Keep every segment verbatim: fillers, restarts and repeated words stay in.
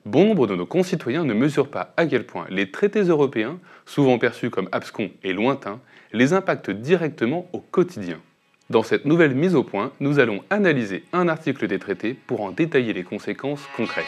Bon nombre de nos concitoyens ne mesurent pas à quel point les traités européens, souvent perçus comme abscons et lointains, les impactent directement au quotidien. Dans cette nouvelle mise au point, nous allons analyser un article des traités pour en détailler les conséquences concrètes.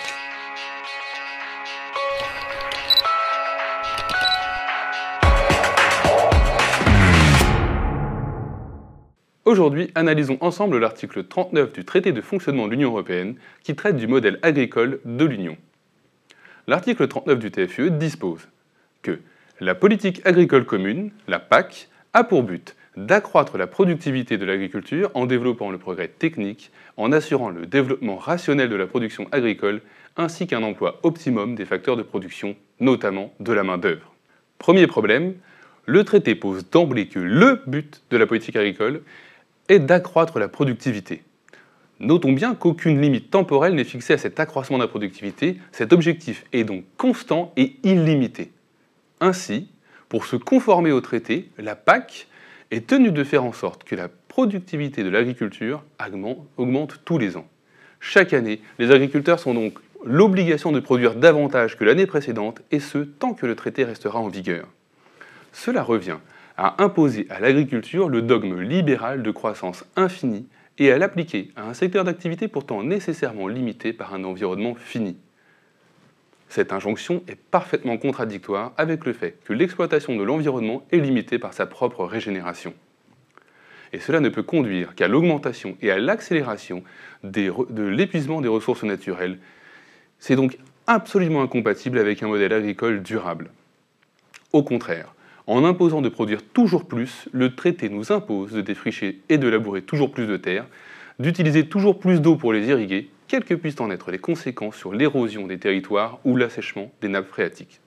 Aujourd'hui, analysons ensemble l'article trente-neuf du traité de fonctionnement de l'Union européenne qui traite du modèle agricole de l'Union. L'article trente-neuf du T F U E dispose que la politique agricole commune, la P A C, a pour but d'accroître la productivité de l'agriculture en développant le progrès technique, en assurant le développement rationnel de la production agricole, ainsi qu'un emploi optimum des facteurs de production, notamment de la main-d'œuvre. Premier problème, le traité pose d'emblée que le but de la politique agricole est d'accroître la productivité. Notons bien qu'aucune limite temporelle n'est fixée à cet accroissement de la productivité, cet objectif est donc constant et illimité. Ainsi, pour se conformer au traité, la P A C est tenue de faire en sorte que la productivité de l'agriculture augmente tous les ans. Chaque année, les agriculteurs ont donc l'obligation de produire davantage que l'année précédente, et ce, tant que le traité restera en vigueur. Cela revient à imposer à l'agriculture le dogme libéral de croissance infinie et à l'appliquer à un secteur d'activité pourtant nécessairement limité par un environnement fini. Cette injonction est parfaitement contradictoire avec le fait que l'exploitation de l'environnement est limitée par sa propre régénération. Et cela ne peut conduire qu'à l'augmentation et à l'accélération de l'épuisement des ressources naturelles. C'est donc absolument incompatible avec un modèle agricole durable. Au contraire, en imposant de produire toujours plus, le traité nous impose de défricher et de labourer toujours plus de terres, d'utiliser toujours plus d'eau pour les irriguer, quelles que puissent en être les conséquences sur l'érosion des territoires ou l'assèchement des nappes phréatiques.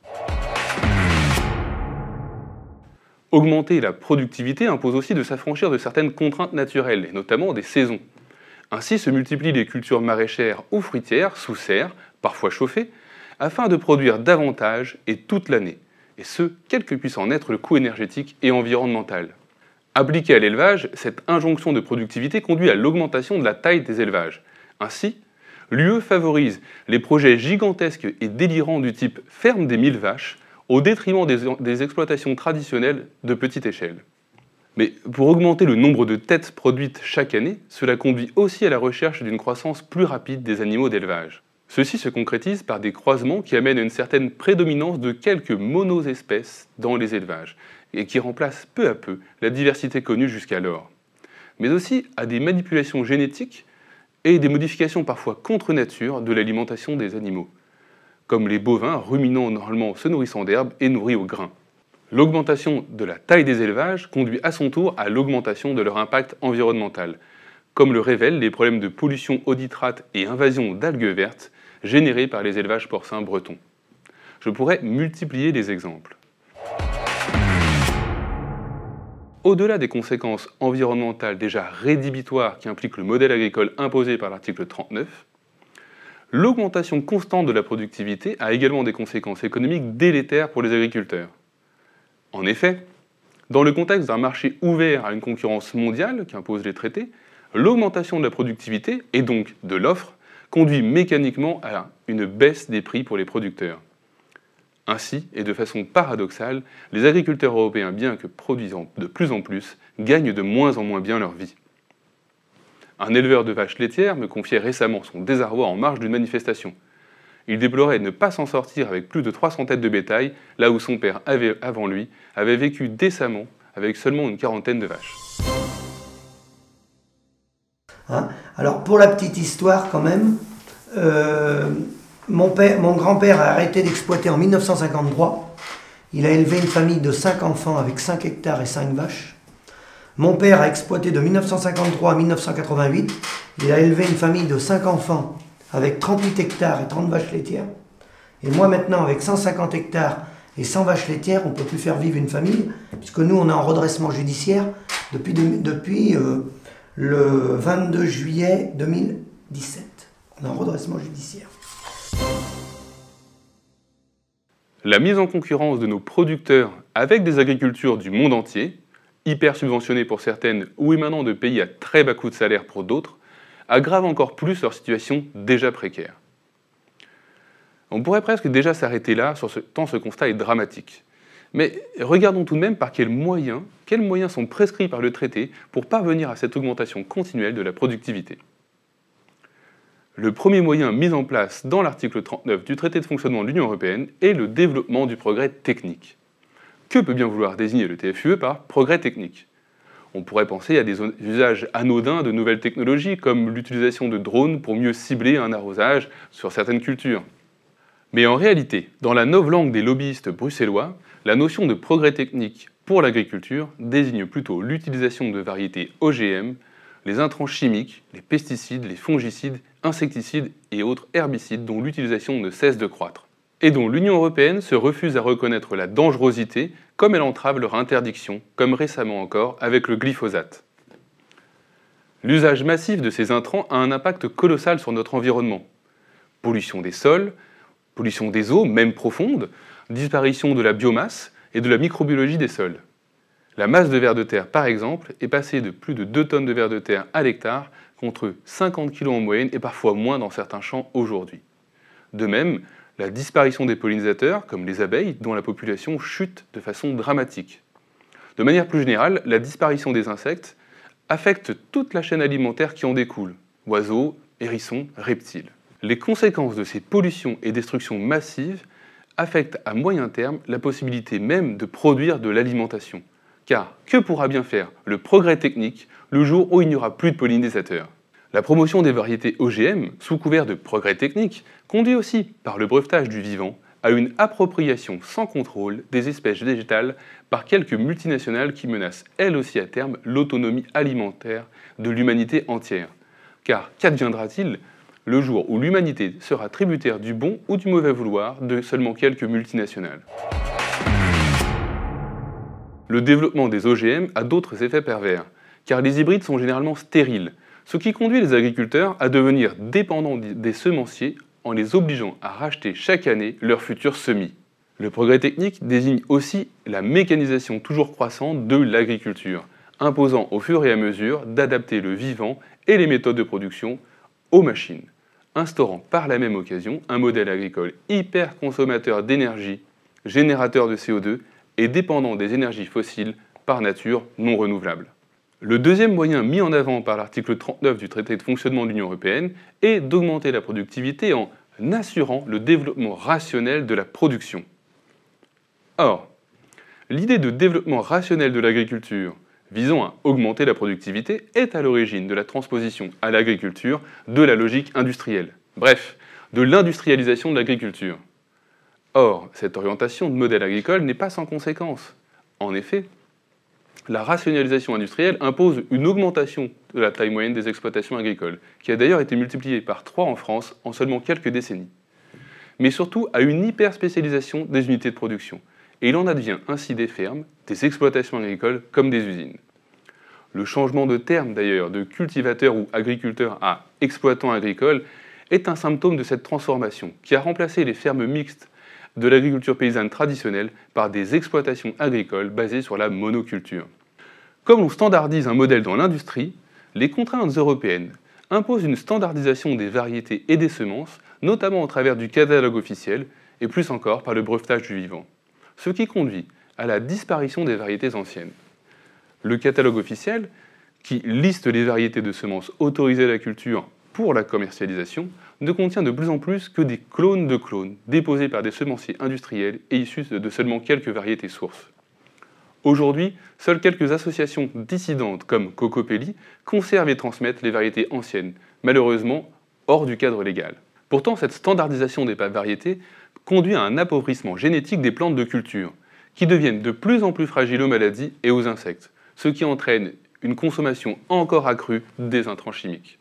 Augmenter la productivité impose aussi de s'affranchir de certaines contraintes naturelles, et notamment des saisons. Ainsi se multiplient les cultures maraîchères ou fruitières sous serre, parfois chauffées, afin de produire davantage et toute l'année, et ce, quel que puisse en être le coût énergétique et environnemental. Appliquée à l'élevage, cette injonction de productivité conduit à l'augmentation de la taille des élevages. Ainsi, l'U E favorise les projets gigantesques et délirants du type « ferme des mille vaches » au détriment des, des exploitations traditionnelles de petite échelle. Mais pour augmenter le nombre de têtes produites chaque année, cela conduit aussi à la recherche d'une croissance plus rapide des animaux d'élevage. Ceci se concrétise par des croisements qui amènent à une certaine prédominance de quelques monoespèces dans les élevages et qui remplacent peu à peu la diversité connue jusqu'alors. Mais aussi à des manipulations génétiques et des modifications parfois contre nature de l'alimentation des animaux, comme les bovins ruminants normalement se nourrissant d'herbes et nourris au grain. L'augmentation de la taille des élevages conduit à son tour à l'augmentation de leur impact environnemental, comme le révèlent les problèmes de pollution au nitrate et invasion d'algues vertes générés par les élevages porcins bretons. Je pourrais multiplier les exemples. Au-delà des conséquences environnementales déjà rédhibitoires qui impliquent le modèle agricole imposé par l'article trente-neuf, l'augmentation constante de la productivité a également des conséquences économiques délétères pour les agriculteurs. En effet, dans le contexte d'un marché ouvert à une concurrence mondiale qui impose les traités, l'augmentation de la productivité, et donc de l'offre, conduit mécaniquement à une baisse des prix pour les producteurs. Ainsi, et de façon paradoxale, les agriculteurs européens, bien que produisant de plus en plus, gagnent de moins en moins bien leur vie. Un éleveur de vaches laitières me confiait récemment son désarroi en marge d'une manifestation. Il déplorait de ne pas s'en sortir avec plus de trois cents têtes de bétail, là où son père avait, avant lui, avait vécu décemment avec seulement une quarantaine de vaches. Hein? Alors pour la petite histoire quand même, euh, mon, père, mon grand-père a arrêté d'exploiter en mille neuf cent cinquante-trois. Il a élevé une famille de cinq enfants avec cinq hectares et cinq vaches. Mon père a exploité de mille neuf cent cinquante-trois à mille neuf cent quatre-vingt-huit. Il a élevé une famille de cinq enfants avec trente-huit hectares et trente vaches laitières. Et moi maintenant, avec cent cinquante hectares et cent vaches laitières, on ne peut plus faire vivre une famille, puisque nous, on est en redressement judiciaire depuis, depuis euh, le vingt-deux juillet deux mille dix-sept. On est en redressement judiciaire. La mise en concurrence de nos producteurs avec des agricultures du monde entier, hyper subventionnées pour certaines ou émanant de pays à très bas coût de salaire pour d'autres, aggrave encore plus leur situation déjà précaire. On pourrait presque déjà s'arrêter là, sur ce, tant ce constat est dramatique. Mais regardons tout de même par quels moyens, quels moyens sont prescrits par le traité pour parvenir à cette augmentation continuelle de la productivité. Le premier moyen mis en place dans l'article trente-neuf du traité de fonctionnement de l'Union européenne est le développement du progrès technique. Que peut bien vouloir désigner le T F U E par progrès technique ? On pourrait penser à des usages anodins de nouvelles technologies, comme l'utilisation de drones pour mieux cibler un arrosage sur certaines cultures. Mais en réalité, dans la novlangue des lobbyistes bruxellois, la notion de progrès technique pour l'agriculture désigne plutôt l'utilisation de variétés O G M, les intrants chimiques, les pesticides, les fongicides, insecticides et autres herbicides dont l'utilisation ne cesse de croître, et dont l'Union européenne se refuse à reconnaître la dangerosité comme elle entrave leur interdiction, comme récemment encore avec le glyphosate. L'usage massif de ces intrants a un impact colossal sur notre environnement. Pollution des sols, pollution des eaux, même profondes, disparition de la biomasse et de la microbiologie des sols. La masse de vers de terre, par exemple, est passée de plus de deux tonnes de vers de terre à l'hectare contre cinquante kilos en moyenne et parfois moins dans certains champs aujourd'hui. De même, la disparition des pollinisateurs, comme les abeilles, dont la population chute de façon dramatique. De manière plus générale, la disparition des insectes affecte toute la chaîne alimentaire qui en découle, oiseaux, hérissons, reptiles. Les conséquences de ces pollutions et destructions massives affectent à moyen terme la possibilité même de produire de l'alimentation. Car que pourra bien faire le progrès technique le jour où il n'y aura plus de pollinisateurs ? La promotion des variétés O G M, sous couvert de progrès technique, conduit aussi, par le brevetage du vivant, à une appropriation sans contrôle des espèces végétales par quelques multinationales qui menacent elles aussi à terme l'autonomie alimentaire de l'humanité entière. Car qu'adviendra-t-il le jour où l'humanité sera tributaire du bon ou du mauvais vouloir de seulement quelques multinationales ? Le développement des O G M a d'autres effets pervers, car les hybrides sont généralement stériles, ce qui conduit les agriculteurs à devenir dépendants des semenciers en les obligeant à racheter chaque année leurs futurs semis. Le progrès technique désigne aussi la mécanisation toujours croissante de l'agriculture, imposant au fur et à mesure d'adapter le vivant et les méthodes de production aux machines, instaurant par la même occasion un modèle agricole hyper consommateur d'énergie, générateur de C O deux et dépendant des énergies fossiles par nature non renouvelables. Le deuxième moyen mis en avant par l'article trente-neuf du traité de fonctionnement de l'Union européenne est d'augmenter la productivité en assurant le développement rationnel de la production. Or, l'idée de développement rationnel de l'agriculture visant à augmenter la productivité est à l'origine de la transposition à l'agriculture de la logique industrielle, bref, de l'industrialisation de l'agriculture. Or, cette orientation de modèle agricole n'est pas sans conséquences. En effet, la rationalisation industrielle impose une augmentation de la taille moyenne des exploitations agricoles, qui a d'ailleurs été multipliée par trois en France en seulement quelques décennies. Mais surtout à une hyper-spécialisation des unités de production. Et il en advient ainsi des fermes, des exploitations agricoles comme des usines. Le changement de terme d'ailleurs de cultivateur ou agriculteur à exploitant agricole est un symptôme de cette transformation qui a remplacé les fermes mixtes de l'agriculture paysanne traditionnelle par des exploitations agricoles basées sur la monoculture. Comme on standardise un modèle dans l'industrie, les contraintes européennes imposent une standardisation des variétés et des semences, notamment au travers du catalogue officiel et plus encore par le brevetage du vivant, ce qui conduit à la disparition des variétés anciennes. Le catalogue officiel, qui liste les variétés de semences autorisées à la culture pour la commercialisation, ne contient de plus en plus que des clones de clones déposés par des semenciers industriels et issus de seulement quelques variétés sources. Aujourd'hui, seules quelques associations dissidentes comme Cocopelli conservent et transmettent les variétés anciennes, malheureusement hors du cadre légal. Pourtant, cette standardisation des variétés conduit à un appauvrissement génétique des plantes de culture, qui deviennent de plus en plus fragiles aux maladies et aux insectes, ce qui entraîne une consommation encore accrue des intrants chimiques.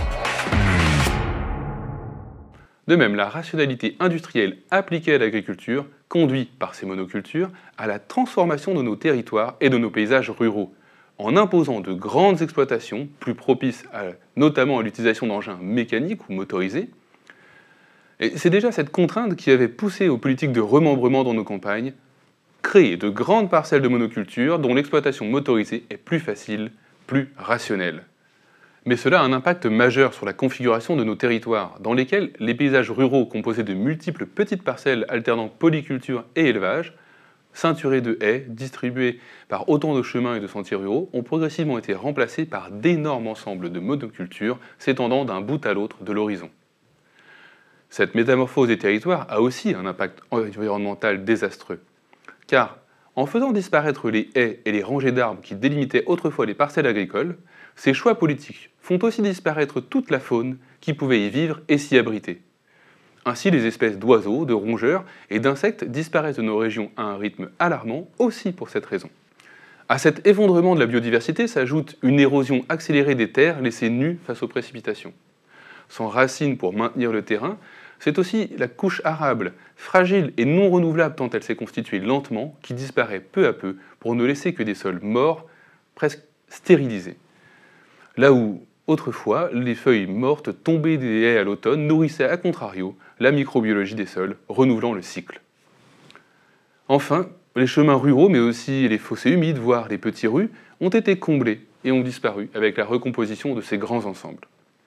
De même, la rationalité industrielle appliquée à l'agriculture conduit, par ces monocultures, à la transformation de nos territoires et de nos paysages ruraux, en imposant de grandes exploitations, plus propices à, notamment à l'utilisation d'engins mécaniques ou motorisés. Et c'est déjà cette contrainte qui avait poussé aux politiques de remembrement dans nos campagnes, créer de grandes parcelles de monoculture dont l'exploitation motorisée est plus facile, plus rationnelle. Mais cela a un impact majeur sur la configuration de nos territoires, dans lesquels les paysages ruraux composés de multiples petites parcelles alternant polyculture et élevage, ceinturés de haies, distribués par autant de chemins et de sentiers ruraux, ont progressivement été remplacés par d'énormes ensembles de monocultures s'étendant d'un bout à l'autre de l'horizon. Cette métamorphose des territoires a aussi un impact environnemental désastreux, car en faisant disparaître les haies et les rangées d'arbres qui délimitaient autrefois les parcelles agricoles, ces choix politiques font aussi disparaître toute la faune qui pouvait y vivre et s'y abriter. Ainsi, les espèces d'oiseaux, de rongeurs et d'insectes disparaissent de nos régions à un rythme alarmant aussi pour cette raison. À cet effondrement de la biodiversité s'ajoute une érosion accélérée des terres laissées nues face aux précipitations. Sans racines pour maintenir le terrain, c'est aussi la couche arable, fragile et non renouvelable tant elle s'est constituée lentement, qui disparaît peu à peu pour ne laisser que des sols morts, presque stérilisés. Là où, autrefois, les feuilles mortes tombées des haies à l'automne nourrissaient à contrario la microbiologie des sols, renouvelant le cycle. Enfin, les chemins ruraux, mais aussi les fossés humides, voire les petits rues, ont été comblés et ont disparu avec la recomposition de ces grands ensembles.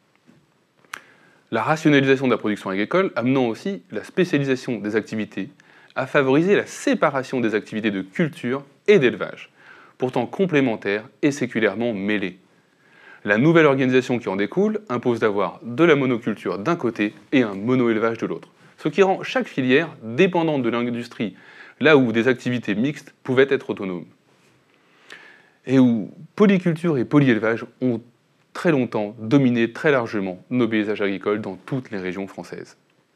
La rationalisation de la production agricole amenant aussi la spécialisation des activités à favoriser la séparation des activités de culture et d'élevage, pourtant complémentaires et séculairement mêlées. La nouvelle organisation qui en découle impose d'avoir de la monoculture d'un côté et un mono-élevage de l'autre, ce qui rend chaque filière dépendante de l'industrie, là où des activités mixtes pouvaient être autonomes. Et où polyculture et polyélevage ont très longtemps dominé très largement nos paysages agricoles dans toutes les régions françaises.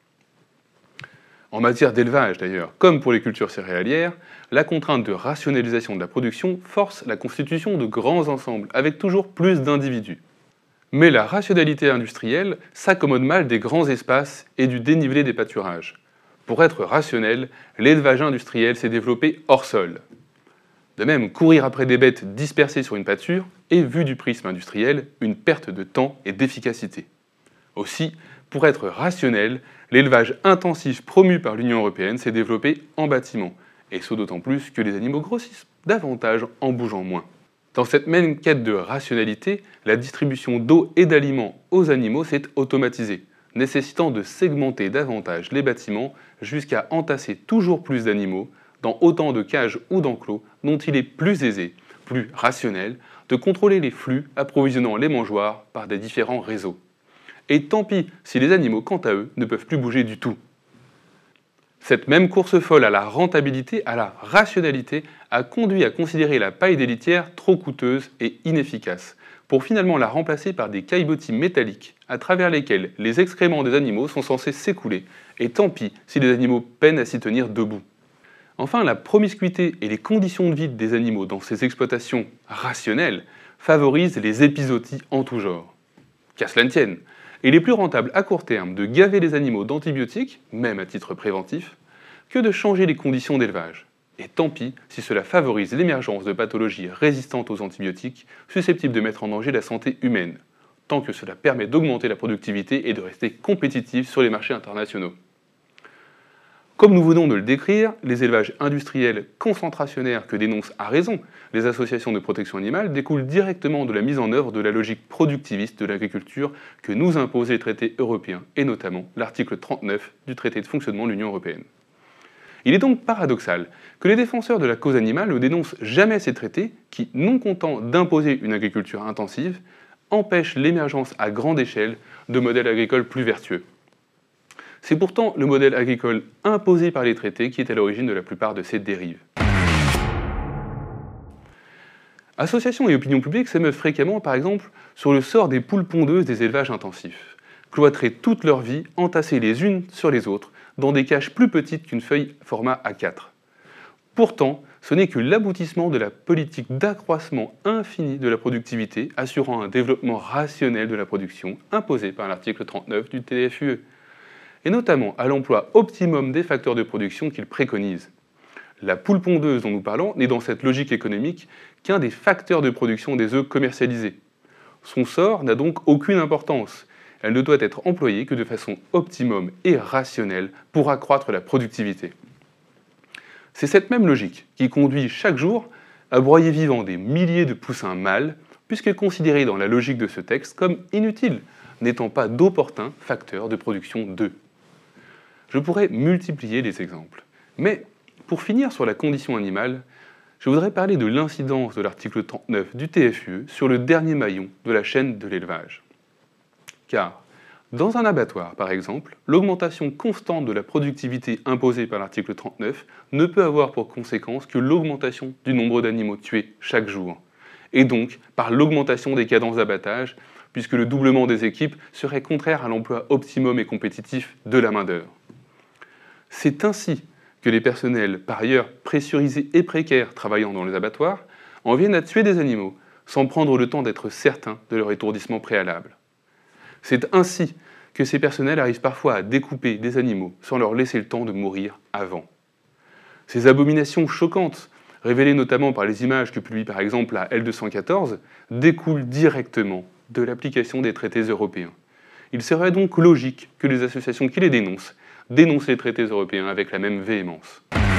En matière d'élevage d'ailleurs, comme pour les cultures céréalières, la contrainte de rationalisation de la production force la constitution de grands ensembles avec toujours plus d'individus. Mais la rationalité industrielle s'accommode mal des grands espaces et du dénivelé des pâturages. Pour être rationnel, l'élevage industriel s'est développé hors sol. De même, courir après des bêtes dispersées sur une pâture est, vu du prisme industriel, une perte de temps et d'efficacité. Aussi, pour être rationnel, l'élevage intensif promu par l'Union européenne s'est développé en bâtiment, et ce d'autant plus que les animaux grossissent davantage en bougeant moins. Dans cette même quête de rationalité, la distribution d'eau et d'aliments aux animaux s'est automatisée, nécessitant de segmenter davantage les bâtiments jusqu'à entasser toujours plus d'animaux dans autant de cages ou d'enclos dont il est plus aisé, plus rationnel, de contrôler les flux approvisionnant les mangeoires par des différents réseaux. Et tant pis si les animaux, quant à eux, ne peuvent plus bouger du tout. Cette même course folle à la rentabilité, à la rationalité, a conduit à considérer la paille des litières trop coûteuse et inefficace, pour finalement la remplacer par des caillebotis métalliques, à travers lesquels les excréments des animaux sont censés s'écouler, et tant pis si les animaux peinent à s'y tenir debout. Enfin, la promiscuité et les conditions de vie des animaux dans ces exploitations rationnelles favorisent les épizooties en tout genre. Qu'à cela ne tienne, il est plus rentable à court terme de gaver les animaux d'antibiotiques, même à titre préventif, que de changer les conditions d'élevage. Et tant pis si cela favorise l'émergence de pathologies résistantes aux antibiotiques, susceptibles de mettre en danger la santé humaine, tant que cela permet d'augmenter la productivité et de rester compétitif sur les marchés internationaux. Comme nous venons de le décrire, les élevages industriels concentrationnaires que dénoncent à raison les associations de protection animale découlent directement de la mise en œuvre de la logique productiviste de l'agriculture que nous imposent les traités européens, et notamment l'article trente-neuf du traité de fonctionnement de l'Union européenne. Il est donc paradoxal que les défenseurs de la cause animale ne dénoncent jamais ces traités qui, non contents d'imposer une agriculture intensive, empêchent l'émergence à grande échelle de modèles agricoles plus vertueux. C'est pourtant le modèle agricole imposé par les traités qui est à l'origine de la plupart de ces dérives. Associations et opinions publiques s'émeuvent fréquemment, par exemple, sur le sort des poules pondeuses des élevages intensifs, cloîtrées toute leur vie, entassées les unes sur les autres, dans des cages plus petites qu'une feuille format A quatre. Pourtant, ce n'est que l'aboutissement de la politique d'accroissement infini de la productivité, assurant un développement rationnel de la production, imposé par l'article trente-neuf du T F U E. Et notamment à l'emploi optimum des facteurs de production qu'il préconise. La poule pondeuse dont nous parlons n'est dans cette logique économique qu'un des facteurs de production des œufs commercialisés. Son sort n'a donc aucune importance. Elle ne doit être employée que de façon optimum et rationnelle pour accroître la productivité. C'est cette même logique qui conduit chaque jour à broyer vivant des milliers de poussins mâles, puisqu'elle est considérée dans la logique de ce texte comme inutile, n'étant pas d'opportun facteur de production d'œufs. Je pourrais multiplier les exemples, mais pour finir sur la condition animale, je voudrais parler de l'incidence de l'article trente-neuf du T F U E sur le dernier maillon de la chaîne de l'élevage. Car, dans un abattoir par exemple, l'augmentation constante de la productivité imposée par l'article trente-neuf ne peut avoir pour conséquence que l'augmentation du nombre d'animaux tués chaque jour, et donc par l'augmentation des cadences d'abattage, puisque le doublement des équipes serait contraire à l'emploi optimum et compétitif de la main-d'œuvre. C'est ainsi que les personnels, par ailleurs pressurisés et précaires travaillant dans les abattoirs, en viennent à tuer des animaux, sans prendre le temps d'être certains de leur étourdissement préalable. C'est ainsi que ces personnels arrivent parfois à découper des animaux sans leur laisser le temps de mourir avant. Ces abominations choquantes, révélées notamment par les images que publie par exemple la L deux cent quatorze, découlent directement de l'application des traités européens. Il serait donc logique que les associations qui les dénoncent dénoncent les traités européens avec la même véhémence.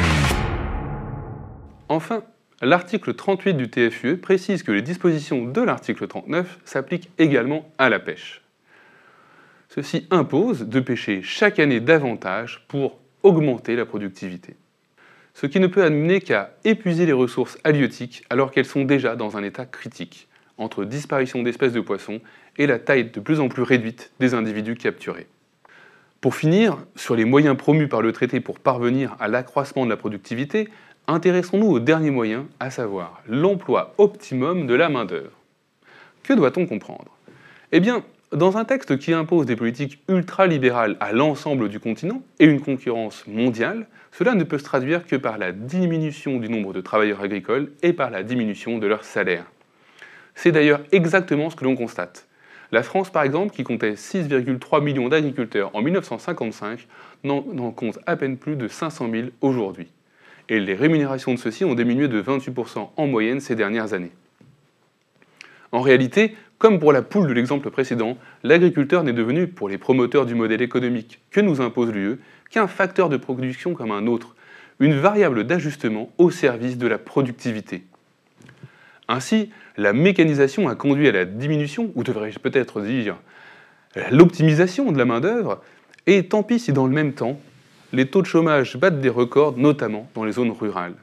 Enfin, l'article trente-huit du T F U E précise que les dispositions de l'article trente-neuf s'appliquent également à la pêche. Ceci impose de pêcher chaque année davantage pour augmenter la productivité. Ce qui ne peut amener qu'à épuiser les ressources halieutiques alors qu'elles sont déjà dans un état critique, entre disparition d'espèces de poissons et la taille de plus en plus réduite des individus capturés. Pour finir, sur les moyens promus par le traité pour parvenir à l'accroissement de la productivité, intéressons-nous au dernier moyen, à savoir l'emploi optimum de la main-d'œuvre. Que doit-on comprendre? Eh bien, dans un texte qui impose des politiques ultralibérales à l'ensemble du continent et une concurrence mondiale, cela ne peut se traduire que par la diminution du nombre de travailleurs agricoles et par la diminution de leur salaire. C'est d'ailleurs exactement ce que l'on constate. La France, par exemple, qui comptait six virgule trois millions d'agriculteurs en mille neuf cent cinquante-cinq, n'en compte à peine plus de cinq cent mille aujourd'hui. Et les rémunérations de ceux-ci ont diminué de vingt-huit pour cent en moyenne ces dernières années. En réalité, comme pour la poule de l'exemple précédent, l'agriculteur n'est devenu, pour les promoteurs du modèle économique que nous impose l'U E, qu'un facteur de production comme un autre, une variable d'ajustement au service de la productivité. Ainsi, la mécanisation a conduit à la diminution, ou devrais-je peut-être dire à l'optimisation de la main-d'œuvre, et tant pis si dans le même temps, les taux de chômage battent des records, notamment dans les zones rurales.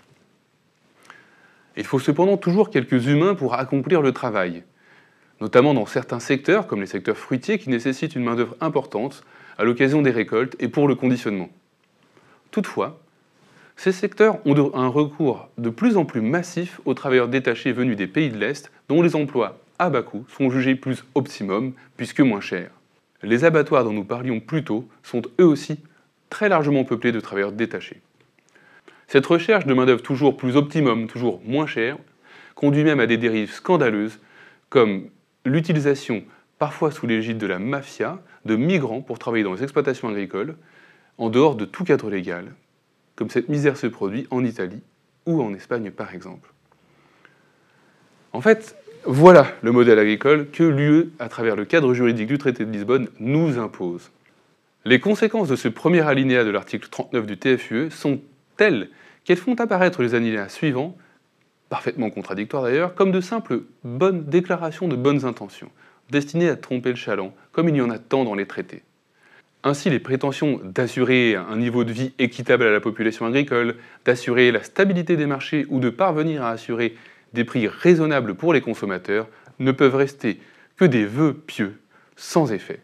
Il faut cependant toujours quelques humains pour accomplir le travail, notamment dans certains secteurs, comme les secteurs fruitiers, qui nécessitent une main-d'œuvre importante à l'occasion des récoltes et pour le conditionnement. Toutefois, ces secteurs ont un recours de plus en plus massif aux travailleurs détachés venus des pays de l'Est, dont les emplois à bas coût sont jugés plus optimum, puisque moins chers. Les abattoirs dont nous parlions plus tôt sont eux aussi très largement peuplés de travailleurs détachés. Cette recherche de main-d'œuvre toujours plus optimum, toujours moins chère, conduit même à des dérives scandaleuses, comme l'utilisation, parfois sous l'égide de la mafia, de migrants pour travailler dans les exploitations agricoles, en dehors de tout cadre légal, comme cette misère se produit en Italie ou en Espagne par exemple. En fait, voilà le modèle agricole que l'U E, à travers le cadre juridique du traité de Lisbonne, nous impose. Les conséquences de ce premier alinéa de l'article trente-neuf du T F U E sont telles qu'elles font apparaître les alinéas suivants, parfaitement contradictoires d'ailleurs, comme de simples bonnes déclarations de bonnes intentions, destinées à tromper le chaland, comme il y en a tant dans les traités. Ainsi, les prétentions d'assurer un niveau de vie équitable à la population agricole, d'assurer la stabilité des marchés ou de parvenir à assurer des prix raisonnables pour les consommateurs ne peuvent rester que des vœux pieux, sans effet.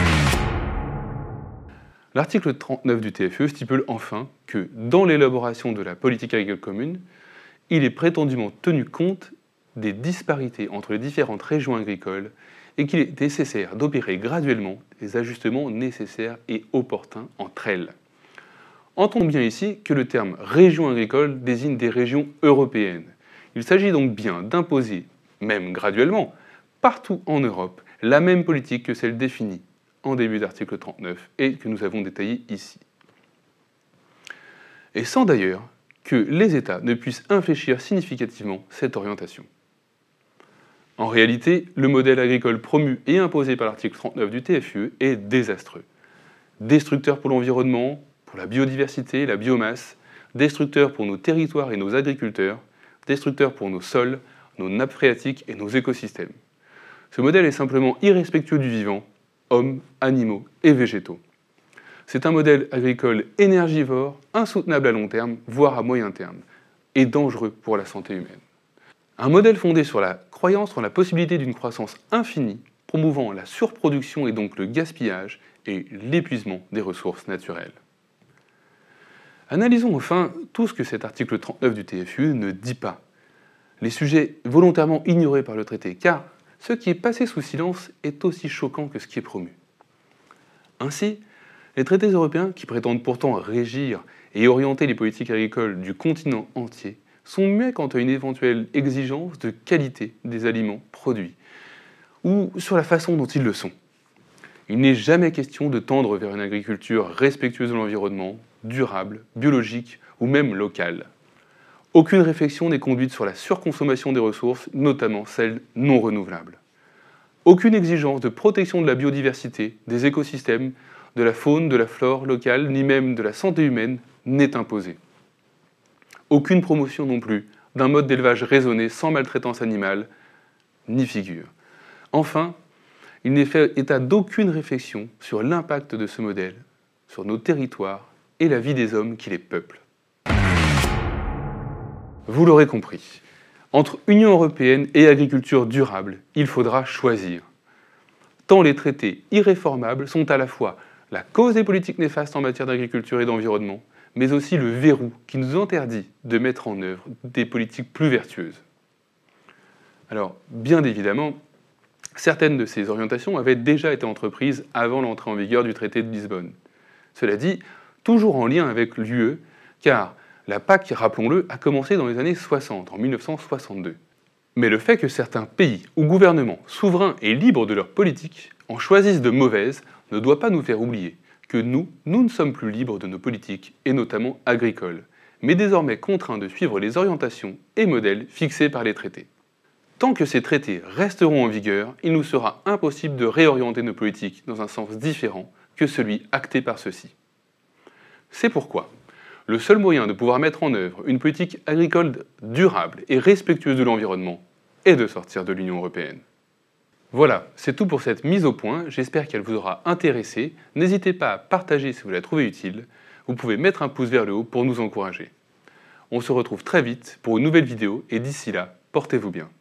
L'article trente-neuf du T F U E stipule enfin que, dans l'élaboration de la politique agricole commune, il est prétendument tenu compte des disparités entre les différentes régions agricoles et qu'il est nécessaire d'opérer graduellement les ajustements nécessaires et opportuns entre elles. Entendons bien ici que le terme région agricole désigne des régions européennes. Il s'agit donc bien d'imposer, même graduellement, partout en Europe, la même politique que celle définie en début d'article trente-neuf et que nous avons détaillée ici. Et sans d'ailleurs que les États ne puissent infléchir significativement cette orientation. En réalité, le modèle agricole promu et imposé par l'article trente-neuf du T F U E est désastreux. Destructeur pour l'environnement, pour la biodiversité, la biomasse, destructeur pour nos territoires et nos agriculteurs, destructeur pour nos sols, nos nappes phréatiques et nos écosystèmes. Ce modèle est simplement irrespectueux du vivant, hommes, animaux et végétaux. C'est un modèle agricole énergivore, insoutenable à long terme, voire à moyen terme, et dangereux pour la santé humaine. Un modèle fondé sur la croyance en la possibilité d'une croissance infinie, promouvant la surproduction et donc le gaspillage et l'épuisement des ressources naturelles. Analysons enfin tout ce que cet article trente-neuf du T F U E ne dit pas. Les sujets volontairement ignorés par le traité, car ce qui est passé sous silence est aussi choquant que ce qui est promu. Ainsi, les traités européens, qui prétendent pourtant régir et orienter les politiques agricoles du continent entier, sont muets quant à une éventuelle exigence de qualité des aliments produits, ou sur la façon dont ils le sont. Il n'est jamais question de tendre vers une agriculture respectueuse de l'environnement, durable, biologique ou même locale. Aucune réflexion n'est conduite sur la surconsommation des ressources, notamment celles non renouvelables. Aucune exigence de protection de la biodiversité, des écosystèmes, de la faune, de la flore locale, ni même de la santé humaine n'est imposée. Aucune promotion non plus d'un mode d'élevage raisonné sans maltraitance animale, ni figure. Enfin, il n'est fait état d'aucune réflexion sur l'impact de ce modèle sur nos territoires et la vie des hommes qui les peuplent. Vous l'aurez compris, entre Union européenne et agriculture durable, il faudra choisir. Tant les traités irréformables sont à la fois la cause des politiques néfastes en matière d'agriculture et d'environnement, mais aussi le verrou qui nous interdit de mettre en œuvre des politiques plus vertueuses. Alors, bien évidemment, certaines de ces orientations avaient déjà été entreprises avant l'entrée en vigueur du traité de Lisbonne. Cela dit, toujours en lien avec l'U E, car la P A C, rappelons-le, a commencé dans les années soixante, en mille neuf cent soixante-deux. Mais le fait que certains pays ou gouvernements, souverains et libres de leur politique, en choisissent de mauvaises, ne doit pas nous faire oublier que nous, nous ne sommes plus libres de nos politiques, et notamment agricoles, mais désormais contraints de suivre les orientations et modèles fixés par les traités. Tant que ces traités resteront en vigueur, il nous sera impossible de réorienter nos politiques dans un sens différent que celui acté par ceux-ci. C'est pourquoi le seul moyen de pouvoir mettre en œuvre une politique agricole durable et respectueuse de l'environnement est de sortir de l'Union européenne. Voilà, c'est tout pour cette mise au point, j'espère qu'elle vous aura intéressé. N'hésitez pas à partager si vous la trouvez utile. Vous pouvez mettre un pouce vers le haut pour nous encourager. On se retrouve très vite pour une nouvelle vidéo et d'ici là, portez-vous bien.